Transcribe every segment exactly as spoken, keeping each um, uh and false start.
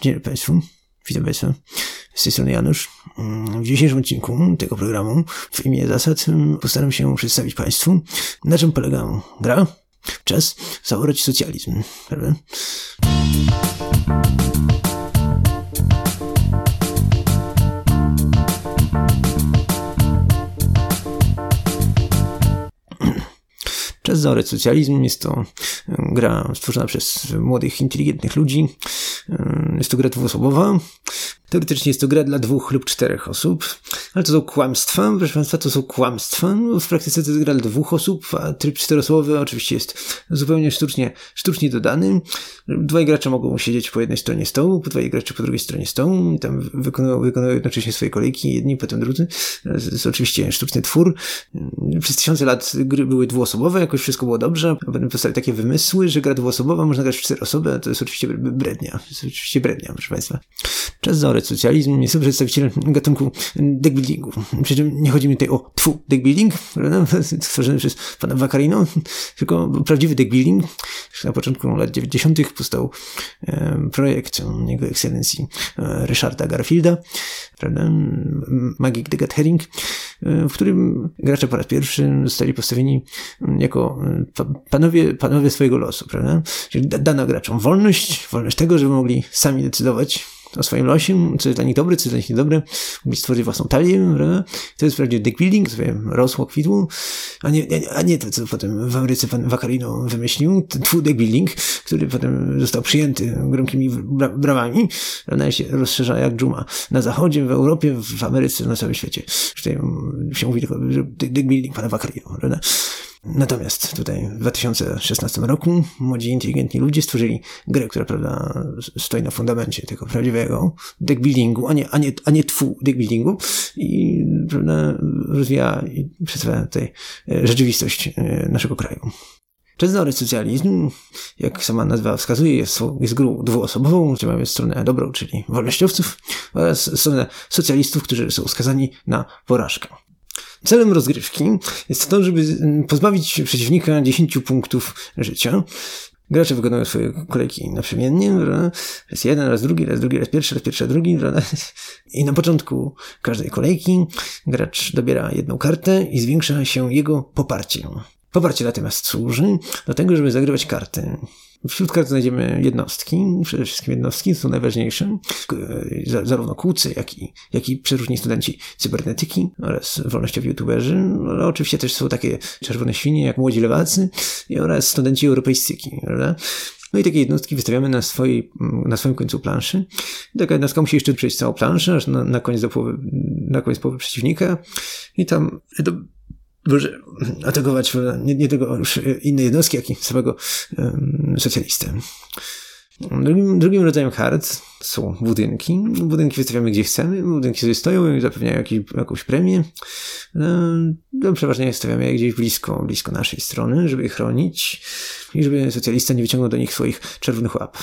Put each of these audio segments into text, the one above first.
Dzień dobry Państwu. Witam Państwa. Z tej strony Janusz. W dzisiejszym odcinku tego programu w imię zasad postaram się przedstawić Państwu, na czym polega gra. Czas zaorać socjalizm. Prawda? Czas zaorać socjalizm jest to gra stworzona przez młodych, inteligentnych ludzi. Jest to gra dwuosobowa. Teoretycznie jest to gra dla dwóch lub czterech osób, ale to są kłamstwa, proszę Państwa, to są kłamstwa. No, w praktyce to jest gra dla dwóch osób, a tryb czteroosobowy oczywiście jest zupełnie sztucznie, sztucznie dodany. Dwaj gracze mogą siedzieć po jednej stronie stołu, dwaj gracze po drugiej stronie stołu i tam wykonują, wykonują jednocześnie swoje kolejki, jedni, potem drudzy. To jest oczywiście sztuczny twór. Przez tysiące lat gry były dwuosobowe, jakoś wszystko było dobrze, a potem powstały takie wymysły, że gra dwuosobowa można grać w cztery osoby, a to jest oczywiście brednia. To jest oczywiście brednia, proszę Państwa. Czas zaorać socjalizm jest to przedstawiciel gatunku deckbuildingu. Przy czym nie chodzi mi tutaj o tfu, deckbuilding, stworzony przez pana Vaccarino, tylko prawdziwy deckbuilding. Na początku lat dziewięćdziesiątych powstał e, projekt jego ekscelencji e, Ryszarda Garfielda, prawda, Magic the Gathering, e, w którym gracze po raz pierwszy zostali postawieni jako panowie, panowie swojego losu, prawda? Czyli dano graczom wolność, wolność tego, żeby mogli sami decydować o swoim losie, co jest dla nich dobre, co jest dla nich niedobre, mogli stworzyć własną talię, prawda? To jest prawdziwy deckbuilding, sobie rosło, kwitło, a nie, a nie to, co potem w Ameryce pan Vaccarino wymyślił, ten twój deckbuilding, który potem został przyjęty gromkimi bra- brawami, prawda? Się rozszerza jak dżuma na zachodzie, w Europie, w Ameryce, na całym świecie. Tutaj się mówi tylko, że deckbuilding pana Vaccarino, prawda? Natomiast tutaj w dwa tysiące szesnastym roku młodzi, inteligentni ludzie stworzyli grę, która, prawda, stoi na fundamencie tego prawdziwego deckbuildingu, a nie, a nie, a nie tfu deckbuildingu i, prawda, rozwija i przedstawia tutaj rzeczywistość naszego kraju. Czas zaorać socjalizm, jak sama nazwa wskazuje, jest, jest grą dwuosobową, gdzie mamy stronę dobrą, czyli wolnościowców, oraz stronę socjalistów, którzy są skazani na porażkę. Celem rozgrywki jest to, żeby pozbawić przeciwnika dziesięciu punktów życia. Gracze wykonują swoje kolejki naprzemiennie, raz jeden, raz drugi, raz drugi, raz pierwszy, raz pierwszy, raz drugi. I na początku każdej kolejki gracz dobiera jedną kartę i zwiększa się jego poparcie. Poparcie natomiast służy do tego, żeby zagrywać karty. Wśród kart znajdziemy jednostki, przede wszystkim jednostki są najważniejsze, zarówno kłócy, jak i, jak i przeróżni studenci cybernetyki oraz wolnościowi youtuberzy, ale oczywiście też są takie czerwone świnie jak młodzi lewacy oraz studenci europejstyki, prawda? No i takie jednostki wystawiamy na, swojej, na swoim końcu planszy. Taka jednostka musi jeszcze przejść całą planszę, aż na, na koniec do połowy, na koniec połowy przeciwnika i tam do, może atakować nie, nie tylko już inne jednostki, jak i samego um, socjalistę. Drugim, drugim rodzajem kart są budynki. Budynki wystawiamy gdzie chcemy. Budynki sobie stoją i zapewniają jakiś, jakąś premię. No, przeważnie stawiamy je gdzieś blisko, blisko naszej strony, żeby je chronić i żeby socjalista nie wyciągnął do nich swoich czerwonych łap.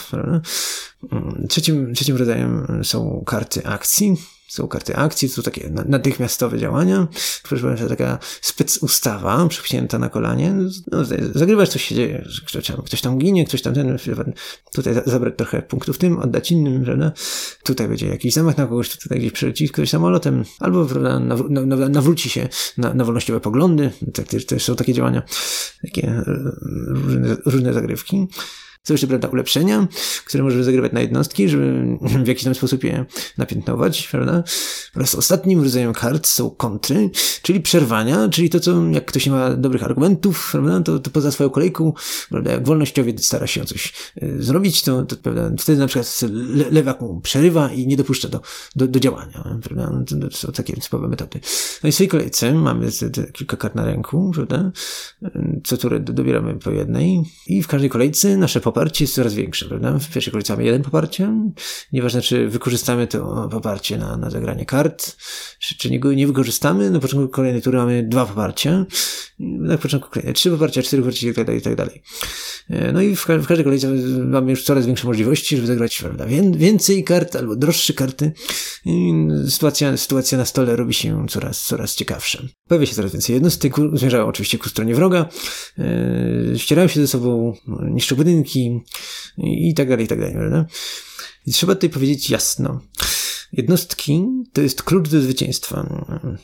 Trzecim, trzecim rodzajem są karty akcji. Są karty akcji, to są takie natychmiastowe działania. Proszę Państwa, taka specustawa przypchnięta na kolanie. No, zagrywasz, coś się dzieje, ktoś tam, ktoś tam ginie, ktoś tam ten, tutaj zabrać trochę punktów tym, oddać innym, prawda? Tutaj będzie jakiś zamach na kogoś, tutaj gdzieś przyleci ktoś samolotem, albo, prawda, nawr- nawróci się na, na wolnościowe poglądy. Tak, też, też są takie działania, takie różne, różne zagrywki. Są jeszcze, prawda, ulepszenia, które możemy zagrywać na jednostki, żeby w jakiś tam sposób je napiętnować, prawda? Oraz ostatnim rodzajem kart są kontry, czyli przerwania, czyli to, co jak ktoś nie ma dobrych argumentów, prawda, to, to poza swoją kolejką, prawda, jak wolnościowiec stara się coś y, zrobić, to, to prawda, wtedy na przykład le, lewak mu przerywa i nie dopuszcza do, do, do działania, prawda? To, to są takie typowe metody. No i w swojej kolejce mamy te, te kilka kart na ręku, prawda? Co turę dobieramy po jednej i w każdej kolejce nasze poparcie jest coraz większe, prawda? W pierwszej kolejce mamy jeden poparcie. Nieważne, czy wykorzystamy to poparcie na, na zagranie kart, czy, czy nie, nie wykorzystamy. Na początku kolejnej tury mamy dwa poparcia. Na początku kolejnej trzy poparcia, cztery poparcia i tak dalej, i tak dalej. No i w, w każdej kolejce mamy już coraz większe możliwości, żeby zagrać, prawda, więcej kart albo droższe karty. I sytuacja, sytuacja na stole robi się coraz, coraz ciekawsza. Pojawia się coraz więcej jednostek, zmierzają oczywiście ku stronie wroga, yy, ścierają się ze sobą, niszczą budynki i tak dalej, i tak dalej, prawda? I trzeba tutaj powiedzieć jasno. Jednostki to jest klucz do zwycięstwa.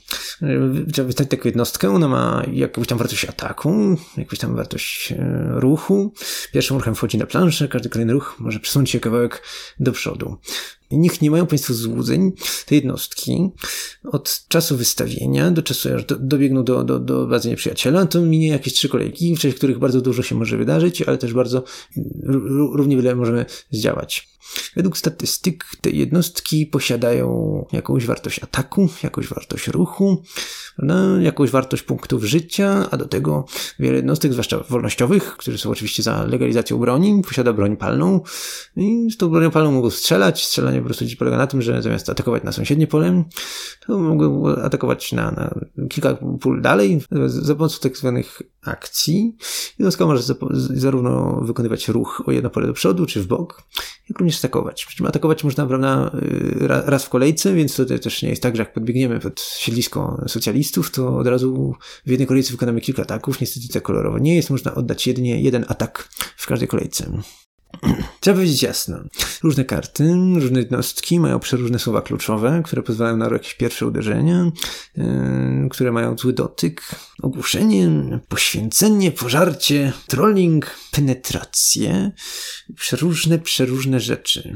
Trzeba wystawić taką jednostkę, ona ma jakąś tam wartość ataku, jakąś tam wartość ruchu. Pierwszym ruchem wchodzi na planszę, każdy kolejny ruch może przesunąć się kawałek do przodu. I niech nie mają Państwo złudzeń, te jednostki od czasu wystawienia do czasu, aż do, dobiegną do, do, do bazy nieprzyjaciela, to minie jakieś trzy kolejki, w czasie których bardzo dużo się może wydarzyć, ale też bardzo r- równie wiele możemy zdziałać. Według statystyk te jednostki posiadają jakąś wartość ataku, jakąś wartość ruchu, no, jakąś wartość punktów życia, a do tego wiele jednostek, zwłaszcza wolnościowych, którzy są oczywiście za legalizacją broni, posiada broń palną i z tą bronią palną mogą strzelać. Strzelanie po prostu polega na tym, że zamiast atakować na sąsiednie pole, to mogą atakować na, na kilka pól dalej za pomocą tak zwanych akcji. Jednostka może zarówno wykonywać ruch o jedno pole do przodu, czy w bok, jak również atakować. Przy czym atakować można, prawda, raz w kolejce, więc to też nie jest tak, że jak podbiegniemy pod siedlisko socjalistów, to od razu w jednej kolejce wykonamy kilka ataków. Niestety tak kolorowo nie jest. Można oddać jedynie jeden atak w każdej kolejce. Trzeba powiedzieć jasno. Różne karty, różne jednostki mają przeróżne słowa kluczowe, które pozwalają na jakieś pierwsze uderzenia, yy, które mają zły dotyk, ogłuszenie, poświęcenie, pożarcie, trolling, penetrację, przeróżne, przeróżne rzeczy.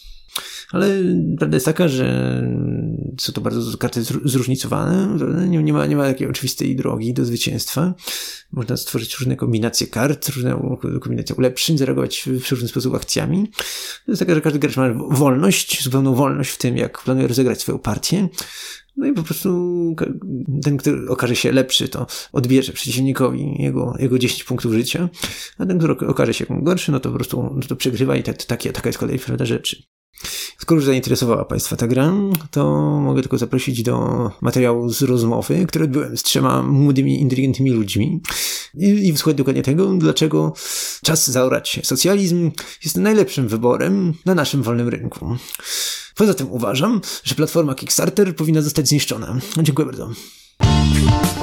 Ale prawda jest taka, że są to bardzo karty zróżnicowane, nie, nie, ma, nie ma takiej oczywistej drogi do zwycięstwa. Można stworzyć różne kombinacje kart, różne kombinacje ulepszeń, zareagować w różny sposób akcjami. To jest taka, że każdy gracz ma wolność, zupełną wolność w tym, jak planuje rozegrać swoją partię. No i po prostu ten, który okaże się lepszy, to odbierze przeciwnikowi jego, jego dziesięć punktów życia, a ten, który okaże się gorszy, no to po prostu no to przegrywa i te, takie, taka jest kolej prawda rzeczy. Skoro już zainteresowała Państwa ta gra, to mogę tylko zaprosić do materiału z rozmowy, który odbyłem z trzema młodymi, inteligentnymi ludźmi i, i wysłuchać dokładnie tego, dlaczego czas zaorać socjalizm jest najlepszym wyborem na naszym wolnym rynku. Poza tym uważam, że platforma Kickstarter powinna zostać zniszczona. Dziękuję bardzo.